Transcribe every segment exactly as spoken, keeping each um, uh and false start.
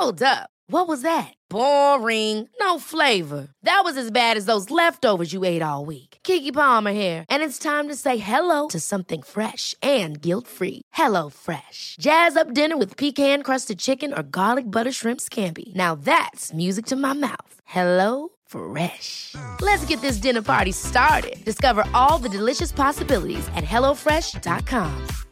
Hold up. What was that? Boring. No flavor. That was as bad as those leftovers you ate all week. Keke Palmer here. And it's time to say hello to something fresh and guilt-free. Hello Fresh. Jazz up dinner with pecan-crusted chicken or garlic butter shrimp scampi. Now that's music to my mouth. Hello Fresh. Let's get this dinner party started. Discover all the delicious possibilities at hello fresh dot com.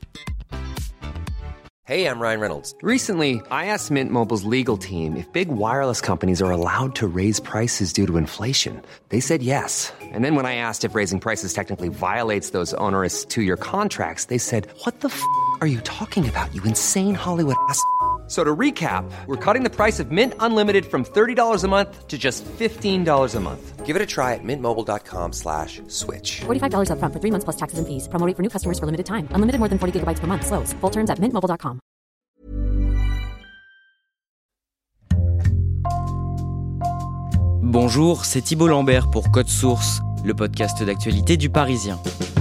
Hey, I'm Ryan Reynolds. Recently, I asked Mint Mobile's legal team if big wireless companies are allowed to raise prices due to inflation. They said yes. And then when I asked if raising prices technically violates those onerous two-year contracts, they said, what the f*** are you talking about, you insane Hollywood ass f- So to recap, we're cutting the price of Mint Unlimited from thirty dollars a month to just fifteen dollars a month. Give it a try at mintmobile.com slash switch. forty-five dollars up front for three months plus taxes and fees. Promo rate for new customers for limited time. Unlimited more than forty gigabytes per month. Slows full terms at mint mobile dot com. Bonjour, c'est Thibault Lambert pour Code Source, le podcast d'actualité du Parisien.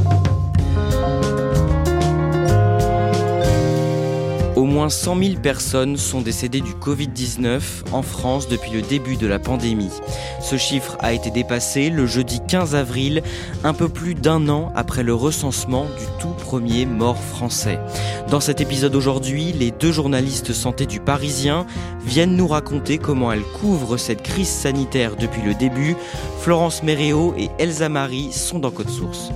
Au moins cent mille personnes sont décédées du covid dix-neuf en France depuis le début de la pandémie. Ce chiffre a été dépassé le jeudi quinze avril, un peu plus d'un an après le recensement du tout premier mort français. Dans cet épisode aujourd'hui, les deux journalistes santé du Parisien viennent nous raconter comment elles couvrent cette crise sanitaire depuis le début. Florence Méréau et Elsa Marie sont dans Code Source.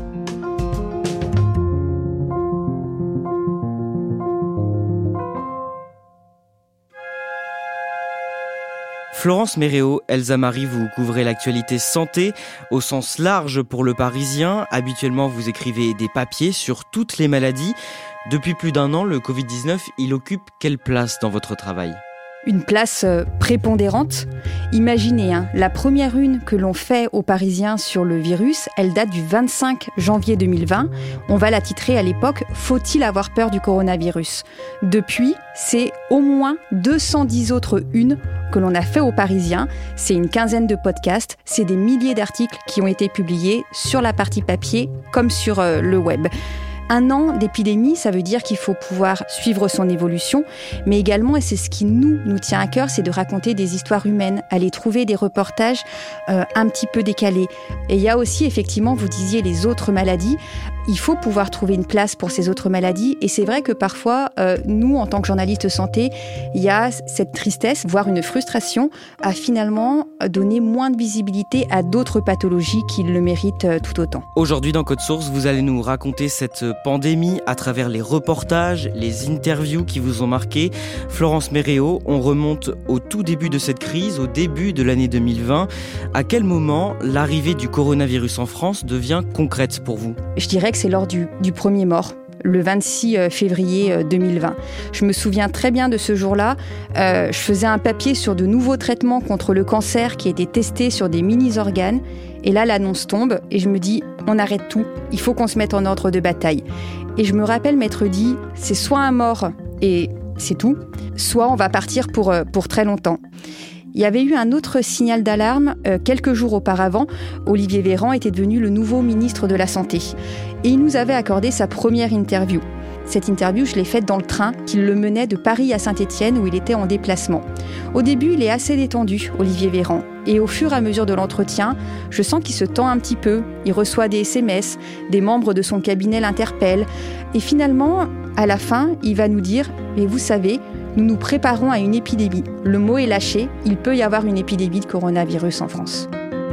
Florence Méréau, Elsa Marie, vous couvrez l'actualité santé au sens large pour le Parisien. Habituellement, vous écrivez des papiers sur toutes les maladies. Depuis plus d'un an, le covid dix-neuf, il occupe quelle place dans votre travail ? Une place prépondérante. Imaginez, hein, la première une que l'on fait aux Parisiens sur le virus, elle date du vingt-cinq janvier deux mille vingt. On va la titrer à l'époque « Faut-il avoir peur du coronavirus ?» Depuis, c'est au moins deux cent dix autres unes que l'on a fait aux Parisiens. C'est une quinzaine de podcasts, c'est des milliers d'articles qui ont été publiés sur la partie papier comme sur euh, le web. Un an d'épidémie, ça veut dire qu'il faut pouvoir suivre son évolution, mais également, et c'est ce qui nous, nous tient à cœur, c'est de raconter des histoires humaines, aller trouver des reportages euh, un petit peu décalés. Et il y a aussi, effectivement, vous disiez les autres maladies, il faut pouvoir trouver une place pour ces autres maladies, et c'est vrai que parfois, euh, nous, en tant que journalistes santé, il y a cette tristesse, voire une frustration, à finalement donner moins de visibilité à d'autres pathologies qui le méritent euh, tout autant. Aujourd'hui, dans Code Source, vous allez nous raconter cette pandémie à travers les reportages, les interviews qui vous ont marqué. Florence Méréau, on remonte au tout début de cette crise, au début de l'année deux mille vingt. À quel moment l'arrivée du coronavirus en France devient concrète pour vous ? Je dirais que c'est lors du, du premier mort, le vingt-six février deux mille vingt. Je me souviens très bien de ce jour-là. Euh, je faisais un papier sur de nouveaux traitements contre le cancer qui étaient testés sur des mini-organes. Et là, l'annonce tombe et je me dis, on arrête tout, il faut qu'on se mette en ordre de bataille. Et je me rappelle m'être dit, c'est soit un mort et c'est tout, soit on va partir pour, pour très longtemps. Il y avait eu un autre signal d'alarme. Euh, quelques jours auparavant, Olivier Véran était devenu le nouveau ministre de la Santé. Et il nous avait accordé sa première interview. Cette interview, je l'ai faite dans le train qui le menait de Paris à Saint-Étienne où il était en déplacement. Au début, il est assez détendu, Olivier Véran. Et au fur et à mesure de l'entretien, je sens qu'il se tend un petit peu. Il reçoit des S M S, des membres de son cabinet l'interpellent. Et finalement, à la fin, il va nous dire « Mais vous savez, nous nous préparons à une épidémie. Le mot est lâché, il peut y avoir une épidémie de coronavirus en France. »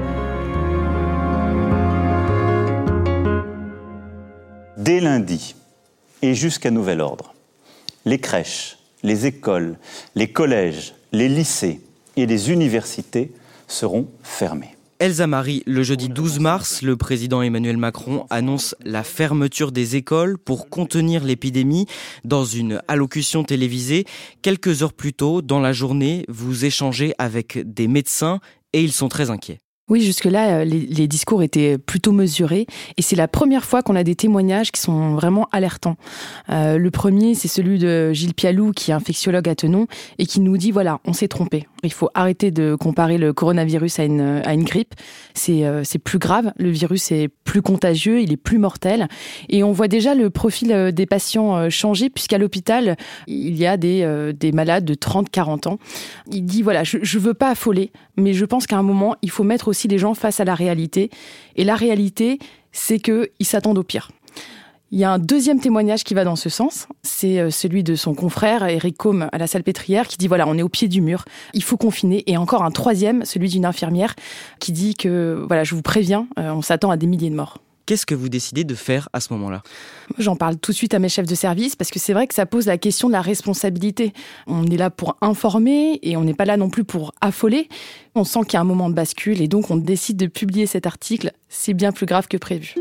Dès lundi et jusqu'à nouvel ordre, les crèches, les écoles, les collèges, les lycées et les universités seront fermés. Elsa Marie, le jeudi douze mars, le président Emmanuel Macron annonce la fermeture des écoles pour contenir l'épidémie dans une allocution télévisée. Quelques heures plus tôt, dans la journée, vous échangez avec des médecins et ils sont très inquiets. Oui, jusque-là, les, les discours étaient plutôt mesurés et c'est la première fois qu'on a des témoignages qui sont vraiment alertants. Euh, le premier, c'est celui de Gilles Pialou, qui est infectiologue à Thonon et qui nous dit, voilà, on s'est trompé. Il faut arrêter de comparer le coronavirus à une, à une grippe. C'est, euh, c'est plus grave, le virus est plus contagieux, il est plus mortel. Et on voit déjà le profil des patients changer, puisqu'à l'hôpital, il y a des, euh, des malades de trente à quarante ans. Il dit, voilà, je ne veux pas affoler, mais je pense qu'à un moment, il faut mettre aussi les gens face à la réalité. Et la réalité, c'est qu'ils s'attendent au pire. Il y a un deuxième témoignage qui va dans ce sens, c'est celui de son confrère Éric Côme à la Salpêtrière qui dit voilà, on est au pied du mur, il faut confiner. Et encore un troisième, celui d'une infirmière qui dit que voilà, je vous préviens, on s'attend à des milliers de morts. Qu'est-ce que vous décidez de faire à ce moment-là ? J'en parle tout de suite à mes chefs de service parce que c'est vrai que ça pose la question de la responsabilité. On est là pour informer et on n'est pas là non plus pour affoler. On sent qu'il y a un moment de bascule et donc on décide de publier cet article. C'est bien plus grave que prévu.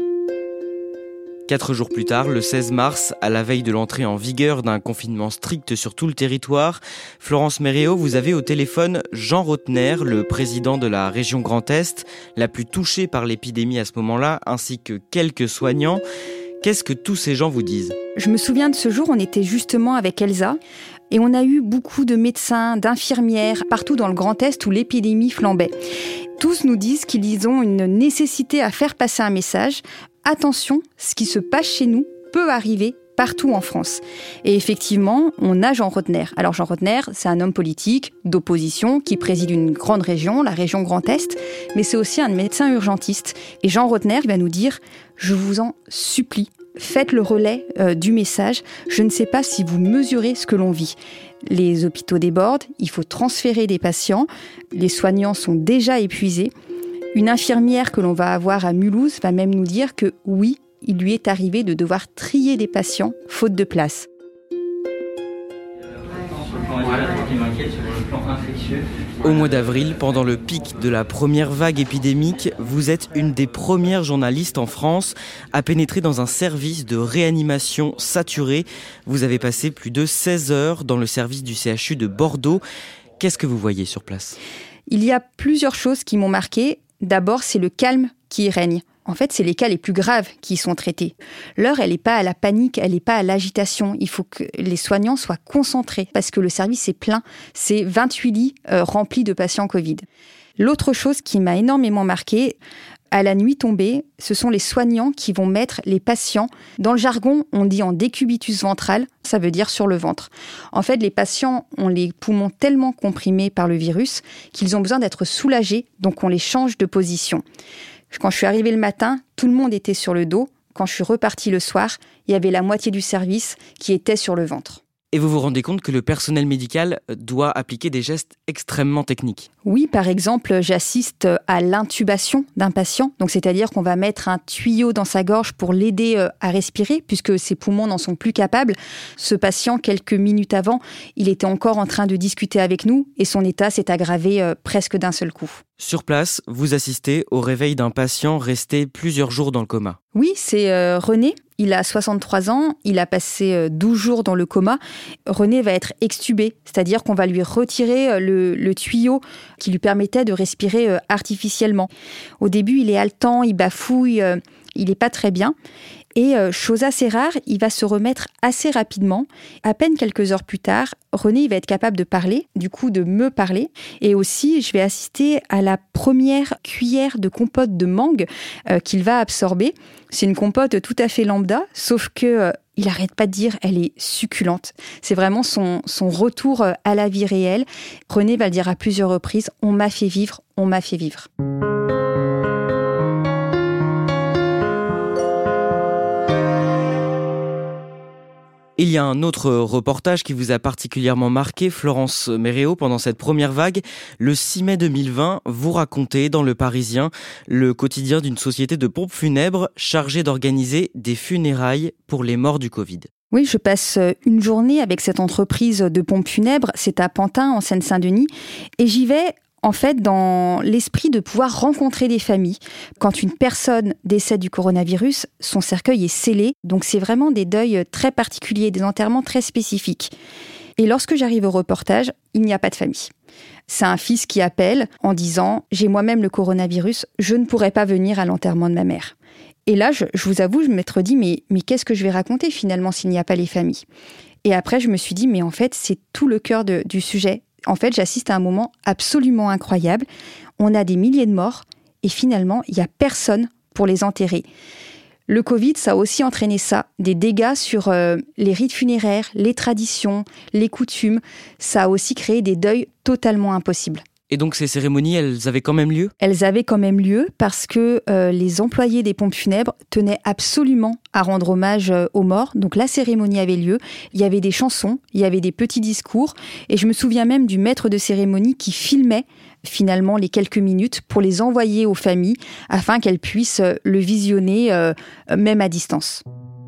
Quatre jours plus tard, le seize mars, à la veille de l'entrée en vigueur d'un confinement strict sur tout le territoire, Florence Méréau, vous avez au téléphone Jean Rotner, le président de la région Grand Est, la plus touchée par l'épidémie à ce moment-là, ainsi que quelques soignants. Qu'est-ce que tous ces gens vous disent ? Je me souviens de ce jour, on était justement avec Elsa et on a eu beaucoup de médecins, d'infirmières, partout dans le Grand Est où l'épidémie flambait. Tous nous disent qu'ils ont une nécessité à faire passer un message. Attention, ce qui se passe chez nous peut arriver partout en France. Et effectivement, on a Jean Rotner. Alors Jean Rotner, c'est un homme politique d'opposition qui préside une grande région, la région Grand Est, mais c'est aussi un médecin urgentiste. Et Jean Rotner va nous dire « Je vous en supplie, faites le relais euh, du message. Je ne sais pas si vous mesurez ce que l'on vit. Les hôpitaux débordent, il faut transférer des patients, les soignants sont déjà épuisés. Une infirmière que l'on va avoir à Mulhouse va même nous dire que oui, il lui est arrivé de devoir trier des patients faute de place. Au mois d'avril, pendant le pic de la première vague épidémique, vous êtes une des premières journalistes en France à pénétrer dans un service de réanimation saturé. Vous avez passé plus de seize heures dans le service du C H U de Bordeaux. Qu'est-ce que vous voyez sur place ? Il y a plusieurs choses qui m'ont marquée. D'abord, c'est le calme qui y règne. En fait, c'est les cas les plus graves qui y sont traités. L'heure, elle n'est pas à la panique, elle n'est pas à l'agitation. Il faut que les soignants soient concentrés parce que le service est plein. C'est vingt-huit lits euh, remplis de patients Covid. L'autre chose qui m'a énormément marquée, à la nuit tombée, ce sont les soignants qui vont mettre les patients. Dans le jargon, on dit en décubitus ventral, ça veut dire sur le ventre. En fait, les patients ont les poumons tellement comprimés par le virus qu'ils ont besoin d'être soulagés, donc on les change de position. Quand je suis arrivée le matin, tout le monde était sur le dos. Quand je suis repartie le soir, il y avait la moitié du service qui était sur le ventre. Et vous vous rendez compte que le personnel médical doit appliquer des gestes extrêmement techniques. Oui, par exemple, j'assiste à l'intubation d'un patient. Donc, c'est-à-dire qu'on va mettre un tuyau dans sa gorge pour l'aider à respirer, puisque ses poumons n'en sont plus capables. Ce patient, quelques minutes avant, il était encore en train de discuter avec nous et son état s'est aggravé presque d'un seul coup. Sur place, vous assistez au réveil d'un patient resté plusieurs jours dans le coma. Oui, c'est euh, René. Il a soixante-trois ans, il a passé douze jours dans le coma. René va être extubé, c'est-à-dire qu'on va lui retirer le, le tuyau qui lui permettait de respirer artificiellement. Au début, il est haletant, il bafouille, il n'est pas très bien. Et chose assez rare, il va se remettre assez rapidement. À peine quelques heures plus tard, René il va être capable de parler, du coup de me parler. Et aussi, je vais assister à la première cuillère de compote de mangue euh, qu'il va absorber. C'est une compote tout à fait lambda, sauf que euh, il n'arrête pas de dire elle est succulente. C'est vraiment son, son retour à la vie réelle. René va le dire à plusieurs reprises, on m'a fait vivre, on m'a fait vivre. Il y a un autre reportage qui vous a particulièrement marqué, Florence Méréau, pendant cette première vague. Le six mai deux mille vingt, vous racontez dans Le Parisien le quotidien d'une société de pompes funèbres chargée d'organiser des funérailles pour les morts du Covid. Oui, je passe une journée avec cette entreprise de pompes funèbres. C'est à Pantin, en Seine-Saint-Denis. Et j'y vais en fait, dans l'esprit de pouvoir rencontrer des familles. Quand une personne décède du coronavirus, son cercueil est scellé. Donc, c'est vraiment des deuils très particuliers, des enterrements très spécifiques. Et lorsque j'arrive au reportage, il n'y a pas de famille. C'est un fils qui appelle en disant « J'ai moi-même le coronavirus, je ne pourrai pas venir à l'enterrement de ma mère ». Et là, je, je vous avoue, je me suis dit, mais, mais qu'est-ce que je vais raconter finalement s'il n'y a pas les familles ? Et après, je me suis dit, mais en fait, c'est tout le cœur de, du sujet. En fait, j'assiste à un moment absolument incroyable. On a des milliers de morts et finalement, il n'y a personne pour les enterrer. Le Covid, ça a aussi entraîné ça, des dégâts sur euh, les rites funéraires, les traditions, les coutumes. Ça a aussi créé des deuils totalement impossibles. Et donc ces cérémonies, elles avaient quand même lieu ? Elles avaient quand même lieu parce que euh, les employés des pompes funèbres tenaient absolument à rendre hommage euh, aux morts. Donc la cérémonie avait lieu, il y avait des chansons, il y avait des petits discours. Et je me souviens même du maître de cérémonie qui filmait finalement les quelques minutes pour les envoyer aux familles afin qu'elles puissent euh, le visionner euh, même à distance.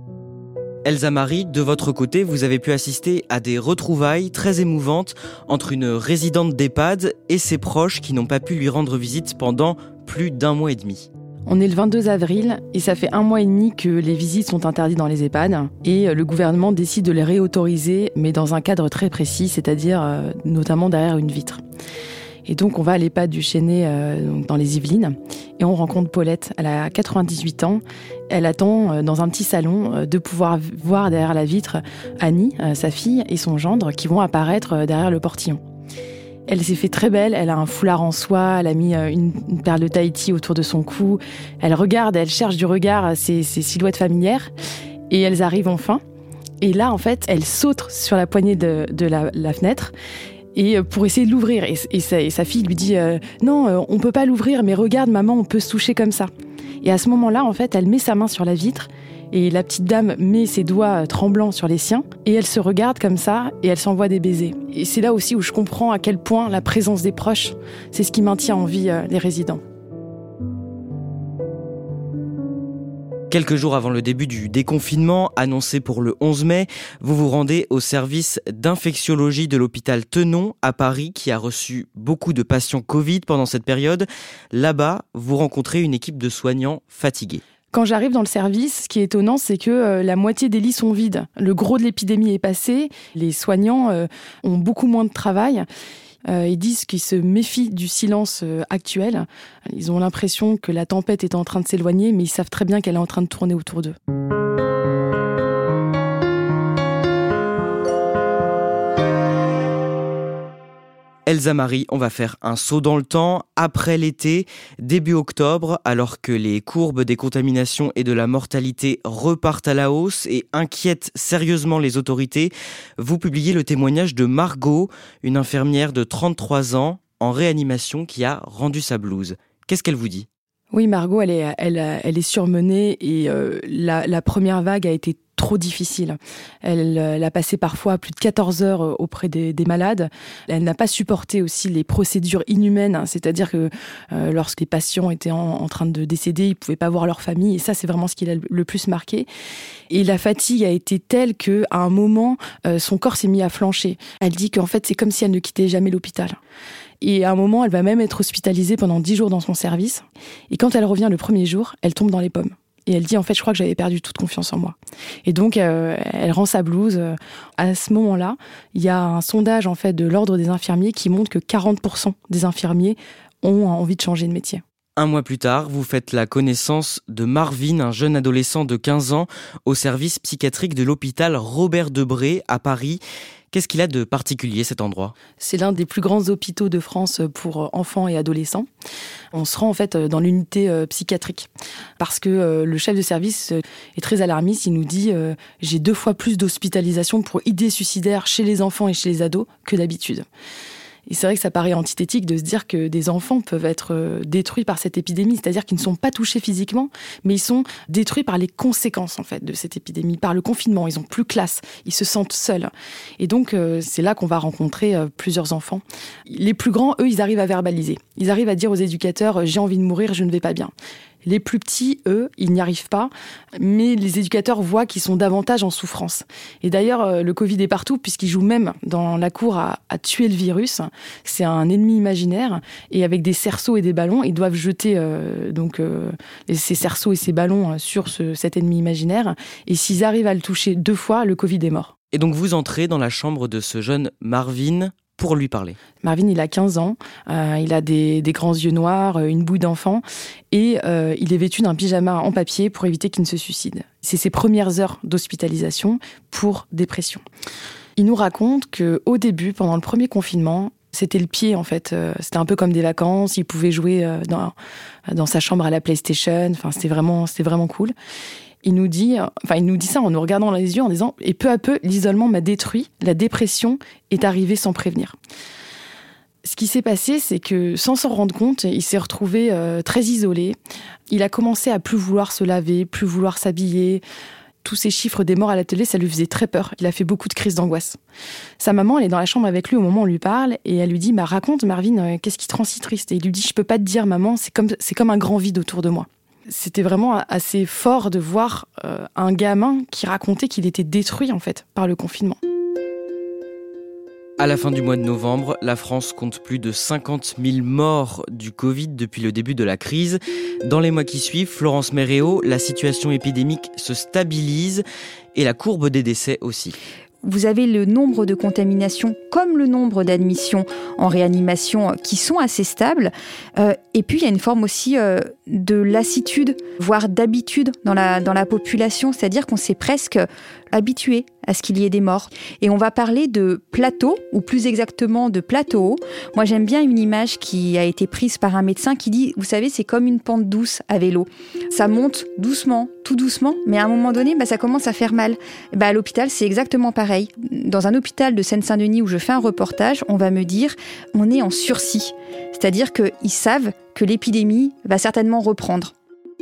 Elsa Marie, de votre côté, vous avez pu assister à des retrouvailles très émouvantes entre une résidente d'EHPAD et ses proches qui n'ont pas pu lui rendre visite pendant plus d'un mois et demi. On est le vingt-deux avril et ça fait un mois et demi que les visites sont interdites dans les EHPAD et le gouvernement décide de les réautoriser, mais dans un cadre très précis, c'est-à-dire euh, notamment derrière une vitre. Et donc, on va à l'EHPAD du Chesnay, euh, dans les Yvelines, et on rencontre Paulette. Elle a quatre-vingt-dix-huit ans. Elle attend euh, dans un petit salon euh, de pouvoir voir derrière la vitre Annie, euh, sa fille, et son gendre qui vont apparaître euh, derrière le portillon. Elle s'est fait très belle. Elle a un foulard en soie. Elle a mis euh, une, une perle de Tahiti autour de son cou. Elle regarde, elle cherche du regard ses, ses silhouettes familières. Et elles arrivent enfin. Et là, en fait, elle saute sur la poignée de, de la, la fenêtre. Et pour essayer de l'ouvrir. Et, et, sa, et sa fille lui dit euh, « Non, euh, on peut pas l'ouvrir, mais regarde, maman, on peut se toucher comme ça. » Et à ce moment-là, en fait, elle met sa main sur la vitre et la petite dame met ses doigts tremblants sur les siens et elle se regarde comme ça et elle s'envoie des baisers. Et c'est là aussi où je comprends à quel point la présence des proches, c'est ce qui maintient en vie euh, les résidents. Quelques jours avant le début du déconfinement, annoncé pour le onze mai, vous vous rendez au service d'infectiologie de l'hôpital Tenon à Paris, qui a reçu beaucoup de patients Covid pendant cette période. Là-bas, vous rencontrez une équipe de soignants fatigués. Quand j'arrive dans le service, ce qui est étonnant, c'est que euh, la moitié des lits sont vides. Le gros de l'épidémie est passé, les soignants euh, ont beaucoup moins de travail. Euh, ils disent qu'ils se méfient du silence euh, actuel. Ils ont l'impression que la tempête est en train de s'éloigner, mais ils savent très bien qu'elle est en train de tourner autour d'eux. Elsa Marie, on va faire un saut dans le temps, après l'été, début octobre, alors que les courbes des contaminations et de la mortalité repartent à la hausse et inquiètent sérieusement les autorités. Vous publiez le témoignage de Margot, une infirmière de trente-trois ans en réanimation qui a rendu sa blouse. Qu'est-ce qu'elle vous dit ? Oui, Margot, elle est, elle, elle est surmenée et euh, la, la première vague a été trop difficile. Elle, elle a passé parfois plus de quatorze heures auprès des, des malades. Elle n'a pas supporté aussi les procédures inhumaines, hein, c'est-à-dire que euh, lorsque les patients étaient en, en train de décéder, ils ne pouvaient pas voir leur famille, et ça, c'est vraiment ce qui l'a le plus marqué. Et la fatigue a été telle qu'à un moment, euh, son corps s'est mis à flancher. Elle dit qu'en fait, c'est comme si elle ne quittait jamais l'hôpital. Et à un moment, elle va même être hospitalisée pendant dix jours dans son service. Et quand elle revient le premier jour, elle tombe dans les pommes. Et elle dit, en fait, je crois que j'avais perdu toute confiance en moi. Et donc, euh, elle rend sa blouse. À ce moment-là, il y a un sondage, en fait, de l'Ordre des infirmiers qui montre que quarante pour cent des infirmiers ont envie de changer de métier. Un mois plus tard, vous faites la connaissance de Marvin, un jeune adolescent de quinze ans, au service psychiatrique de l'hôpital Robert Debré à Paris. Qu'est-ce qu'il a de particulier, cet endroit ? C'est l'un des plus grands hôpitaux de France pour enfants et adolescents. On se rend en fait dans l'unité psychiatrique parce que le chef de service est très alarmiste. Il nous dit euh, « j'ai deux fois plus d'hospitalisation pour idées suicidaires chez les enfants et chez les ados que d'habitude ». Et c'est vrai que ça paraît antithétique de se dire que des enfants peuvent être détruits par cette épidémie, c'est-à-dire qu'ils ne sont pas touchés physiquement, mais ils sont détruits par les conséquences en fait de cette épidémie, par le confinement. Ils n'ont plus classe, ils se sentent seuls. Et donc euh, c'est là qu'on va rencontrer euh, plusieurs enfants. Les plus grands, eux, ils arrivent à verbaliser. Ils arrivent à dire aux éducateurs « j'ai envie de mourir, je ne vais pas bien ». Les plus petits, eux, ils n'y arrivent pas, mais les éducateurs voient qu'ils sont davantage en souffrance. Et d'ailleurs, le Covid est partout, puisqu'il joue même dans la cour à, à tuer le virus. C'est un ennemi imaginaire, et avec des cerceaux et des ballons, ils doivent jeter euh, donc, euh, ces cerceaux et ces ballons sur ce, cet ennemi imaginaire. Et s'ils arrivent à le toucher deux fois, le Covid est mort. Et donc vous entrez dans la chambre de ce jeune Marvin pour lui parler. Marvin, il a quinze ans, euh, il a des, des grands yeux noirs, une bouille d'enfant, et euh, il est vêtu d'un pyjama en papier pour éviter qu'il ne se suicide. C'est ses premières heures d'hospitalisation pour dépression. Il nous raconte qu'au début, pendant le premier confinement, c'était le pied en fait, euh, c'était un peu comme des vacances, il pouvait jouer euh, dans, dans sa chambre à la PlayStation, enfin, c'était vraiment, c'était vraiment cool. Il nous dit, enfin, il nous dit ça en nous regardant dans les yeux, en disant « Et peu à peu, l'isolement m'a détruit, la dépression est arrivée sans prévenir. » Ce qui s'est passé, c'est que sans s'en rendre compte, il s'est retrouvé euh, très isolé. Il a commencé à plus vouloir se laver, plus vouloir s'habiller. Tous ces chiffres des morts à la télé, ça lui faisait très peur. Il a fait beaucoup de crises d'angoisse. Sa maman, elle est dans la chambre avec lui au moment où on lui parle, et elle lui dit bah, « Raconte, Marvin, euh, qu'est-ce qui te rend si triste ?» Et il lui dit « Je peux pas te dire, maman, c'est comme, c'est comme un grand vide autour de moi. » C'était vraiment assez fort de voir euh, un gamin qui racontait qu'il était détruit en fait par le confinement. À la fin du mois de novembre, la France compte plus de cinquante mille morts du Covid depuis le début de la crise. Dans les mois qui suivent, Florence Méréo, la situation épidémique se stabilise et la courbe des décès aussi. Vous avez le nombre de contaminations comme le nombre d'admissions en réanimation qui sont assez stables. Euh, et puis, il y a une forme aussi euh, de lassitude, voire d'habitude dans la, dans la population. C'est-à-dire qu'on s'est presque habitué à ce qu'il y ait des morts. Et on va parler de plateau, ou plus exactement de plateau. Moi, j'aime bien une image qui a été prise par un médecin qui dit, vous savez, c'est comme une pente douce à vélo. Ça monte doucement, tout doucement, mais à un moment donné, bah, ça commence à faire mal. Bah, à l'hôpital, c'est exactement pareil. Dans un hôpital de Seine-Saint-Denis où je fais un reportage, on va me dire, on est en sursis. C'est-à-dire qu'ils savent que l'épidémie va certainement reprendre.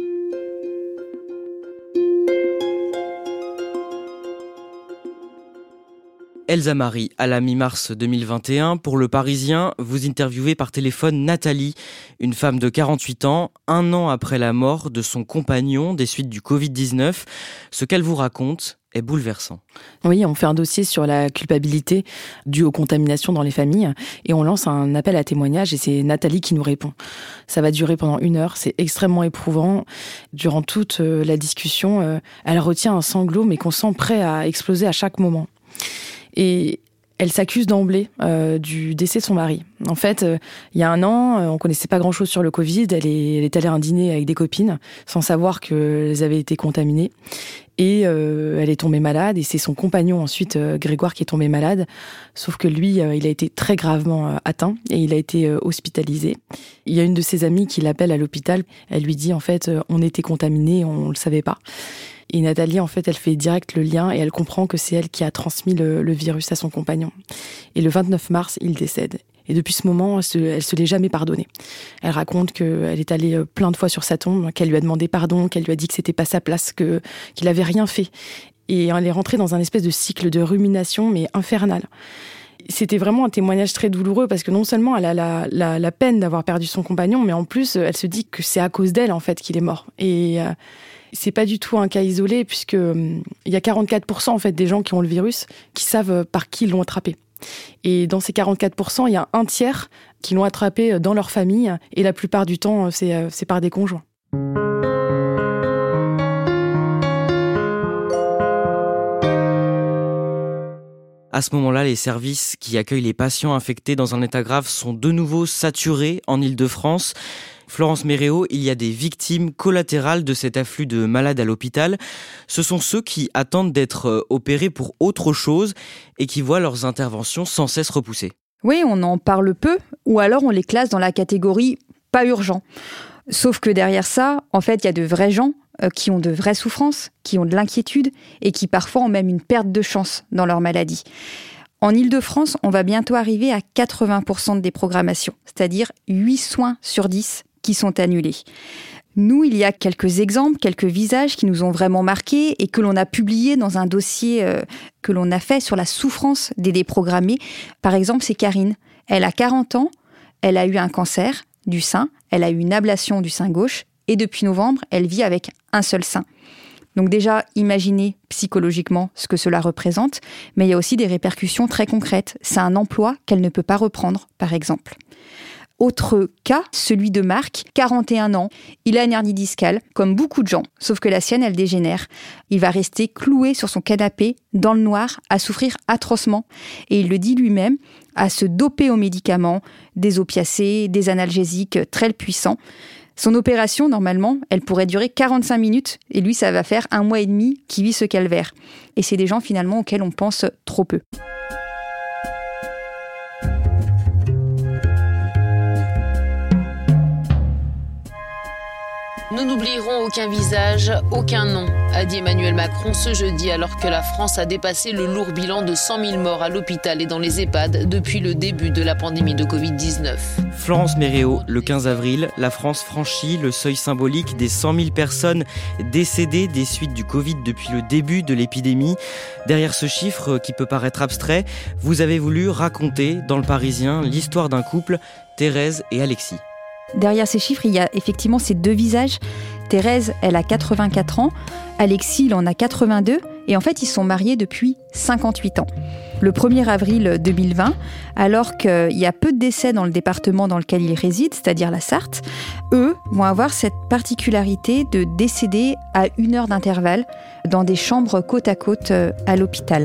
Elsa Marie, à la mi-mars deux mille vingt et un, pour Le Parisien, vous interviewez par téléphone Nathalie, une femme de quarante-huit ans, un an après la mort de son compagnon des suites du covid dix-neuf. Ce qu'elle vous raconte est bouleversant. Oui, on fait un dossier sur la culpabilité due aux contaminations dans les familles et on lance un appel à témoignage et c'est Nathalie qui nous répond. Ça va durer pendant une heure, c'est extrêmement éprouvant. Durant toute la discussion, elle retient un sanglot mais qu'on sent prêt à exploser à chaque moment. Et elle s'accuse d'emblée euh, du décès de son mari. En fait, euh, il y a un an, euh, on connaissait pas grand-chose sur le Covid. Elle est, elle est allée à un dîner avec des copines sans savoir qu'elles avaient été contaminées. Et euh, elle est tombée malade. Et c'est son compagnon ensuite, euh, Grégoire, qui est tombé malade. Sauf que lui, euh, il a été très gravement euh, atteint et il a été euh, hospitalisé. Il y a une de ses amies qui l'appelle à l'hôpital. Elle lui dit en fait, euh, on était contaminés, on le savait pas. Et Nathalie, en fait, elle fait direct le lien et elle comprend que c'est elle qui a transmis le, le virus à son compagnon. Et le vingt-neuf mars, il décède. Et depuis ce moment, elle se, elle se l'est jamais pardonnée. Elle raconte qu'elle est allée plein de fois sur sa tombe, qu'elle lui a demandé pardon, qu'elle lui a dit que c'était pas sa place, que, qu'il avait rien fait. Et elle est rentrée dans un espèce de cycle de rumination, mais infernal. C'était vraiment un témoignage très douloureux parce que non seulement elle a la, la, la peine d'avoir perdu son compagnon, mais en plus, elle se dit que c'est à cause d'elle, en fait, qu'il est mort. Et euh, c'est pas du tout un cas isolé puisque euh, il y a quarante-quatre pour cent en fait des gens qui ont le virus qui savent par qui ils l'ont attrapé. Et dans ces quarante-quatre pour cent, il y a un tiers qui l'ont attrapé dans leur famille et la plupart du temps, c'est, c'est par des conjoints. À ce moment-là, les services qui accueillent les patients infectés dans un état grave sont de nouveau saturés en Île-de-France. Florence Méréo, il y a des victimes collatérales de cet afflux de malades à l'hôpital. Ce sont ceux qui attendent d'être opérés pour autre chose et qui voient leurs interventions sans cesse repoussées. Oui, on en parle peu, ou alors on les classe dans la catégorie « pas urgent ». Sauf que derrière ça, en fait, il y a de vrais gens euh, qui ont de vraies souffrances, qui ont de l'inquiétude et qui parfois ont même une perte de chance dans leur maladie. En Île-de-France, on va bientôt arriver à quatre-vingts pour cent de déprogrammation, c'est-à-dire huit soins sur dix qui sont annulés. Nous, il y a quelques exemples, quelques visages qui nous ont vraiment marqués et que l'on a publiés dans un dossier euh, que l'on a fait sur la souffrance des déprogrammés. Par exemple, c'est Karine. Elle a quarante ans, elle a eu un cancer du sein, elle a eu une ablation du sein gauche et depuis novembre, elle vit avec un seul sein. Donc déjà, imaginez psychologiquement ce que cela représente, mais il y a aussi des répercussions très concrètes. C'est un emploi qu'elle ne peut pas reprendre, par exemple. Autre cas, celui de Marc, quarante et un ans. Il a une hernie discale, comme beaucoup de gens, sauf que la sienne, elle dégénère. Il va rester cloué sur son canapé, dans le noir, à souffrir atrocement. Et il le dit lui-même, à se doper aux médicaments, des opiacés, des analgésiques très puissants. Son opération, normalement, elle pourrait durer quarante-cinq minutes, et lui, ça va faire un mois et demi qu'il vit ce calvaire. Et c'est des gens, finalement, auxquels on pense trop peu. Nous n'oublierons aucun visage, aucun nom, a dit Emmanuel Macron ce jeudi alors que la France a dépassé le lourd bilan de cent mille morts à l'hôpital et dans les EHPAD depuis le début de la pandémie de covid dix-neuf. Florence Méréau, le quinze avril, la France franchit le seuil symbolique des cent mille personnes décédées des suites du Covid depuis le début de l'épidémie. Derrière ce chiffre qui peut paraître abstrait, vous avez voulu raconter dans Le Parisien l'histoire d'un couple, Thérèse et Alexis. Derrière ces chiffres, il y a effectivement ces deux visages. Thérèse, elle a quatre-vingt-quatre ans. Alexis, il en a quatre-vingt-deux. Et en fait, ils sont mariés depuis cinquante-huit ans. Le premier avril deux mille vingt, alors qu'il y a peu de décès dans le département dans lequel ils résident, c'est-à-dire la Sarthe, eux vont avoir cette particularité de décéder à une heure d'intervalle dans des chambres côte à côte à l'hôpital.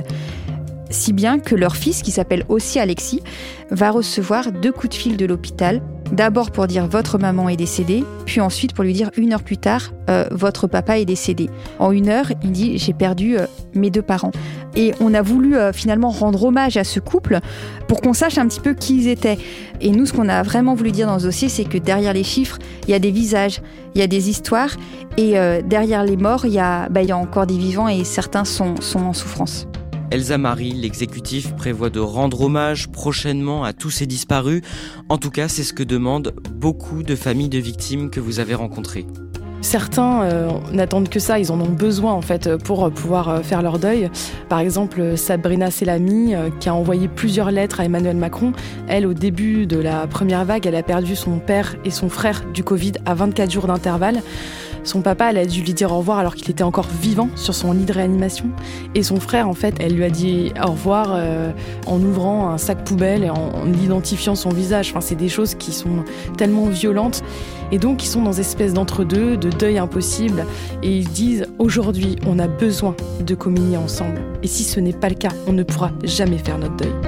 Si bien que leur fils, qui s'appelle aussi Alexis, va recevoir deux coups de fil de l'hôpital. D'abord pour dire « votre maman est décédée », puis ensuite pour lui dire une heure plus tard euh, « votre papa est décédé ». En une heure, il dit « j'ai perdu euh, mes deux parents ». Et on a voulu euh, finalement rendre hommage à ce couple pour qu'on sache un petit peu qui ils étaient. Et nous, ce qu'on a vraiment voulu dire dans ce dossier, c'est que derrière les chiffres, il y a des visages, il y a des histoires, et euh, derrière les morts, il y a, bah, il y a encore des vivants et certains sont, sont en souffrance. Elsa Marie, l'exécutif prévoit de rendre hommage prochainement à tous ces disparus. En tout cas, c'est ce que demandent beaucoup de familles de victimes que vous avez rencontrées. Certains euh, n'attendent que ça, ils en ont besoin en fait pour pouvoir euh, faire leur deuil. Par exemple, Sabrina Selami, euh, qui a envoyé plusieurs lettres à Emmanuel Macron. Elle, au début de la première vague, elle a perdu son père et son frère du Covid à vingt-quatre jours d'intervalle. Son papa, elle a dû lui dire au revoir alors qu'il était encore vivant sur son lit de réanimation. Et son frère, en fait, elle lui a dit au revoir euh, en ouvrant un sac poubelle et en, en identifiant son visage. Enfin, c'est des choses qui sont tellement violentes. Et donc, ils sont dans une espèce d'entre-deux, de deuil impossible. Et ils disent, aujourd'hui, on a besoin de communier ensemble. Et si ce n'est pas le cas, on ne pourra jamais faire notre deuil.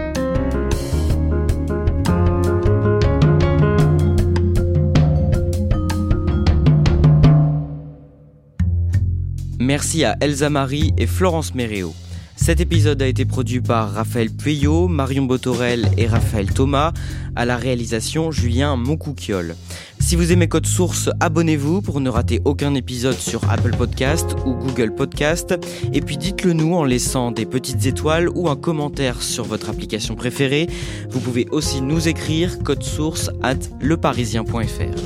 Merci à Elsa Marie et Florence Méréau. Cet épisode a été produit par Raphaël Pueyo, Marion Botorel et Raphaël Thomas. À la réalisation, Julien Moncouquiol. Si vous aimez Code Source, abonnez-vous pour ne rater aucun épisode sur Apple Podcast ou Google Podcast. Et puis dites-le nous en laissant des petites étoiles ou un commentaire sur votre application préférée. Vous pouvez aussi nous écrire code source arobase leparisien point f r.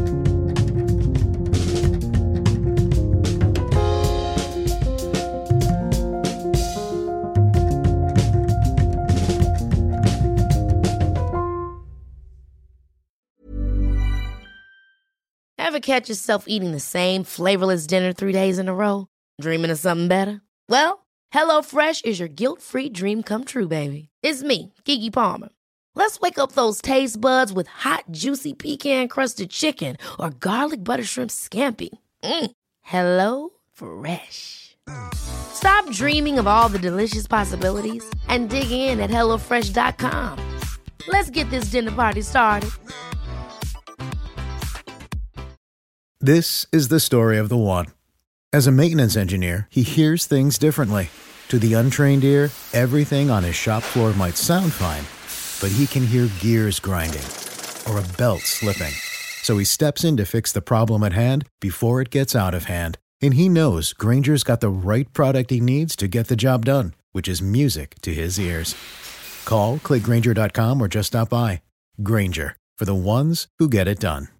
Ever catch yourself eating the same flavorless dinner three days in a row? Dreaming of something better? Well, HelloFresh is your guilt-free dream come true, baby. It's me, Keke Palmer. Let's wake up those taste buds with hot, juicy pecan-crusted chicken or garlic butter shrimp scampi. Mm. Hello Fresh. Stop dreaming of all the delicious possibilities and dig in at hello fresh dot com. Let's get this dinner party started. This is the story of the one. As a maintenance engineer, he hears things differently. To the untrained ear, everything on his shop floor might sound fine, but he can hear gears grinding or a belt slipping. So he steps in to fix the problem at hand before it gets out of hand. And he knows Grainger's got the right product he needs to get the job done, which is music to his ears. Call, click Grainger dot com or just stop by. Grainger, for the ones who get it done.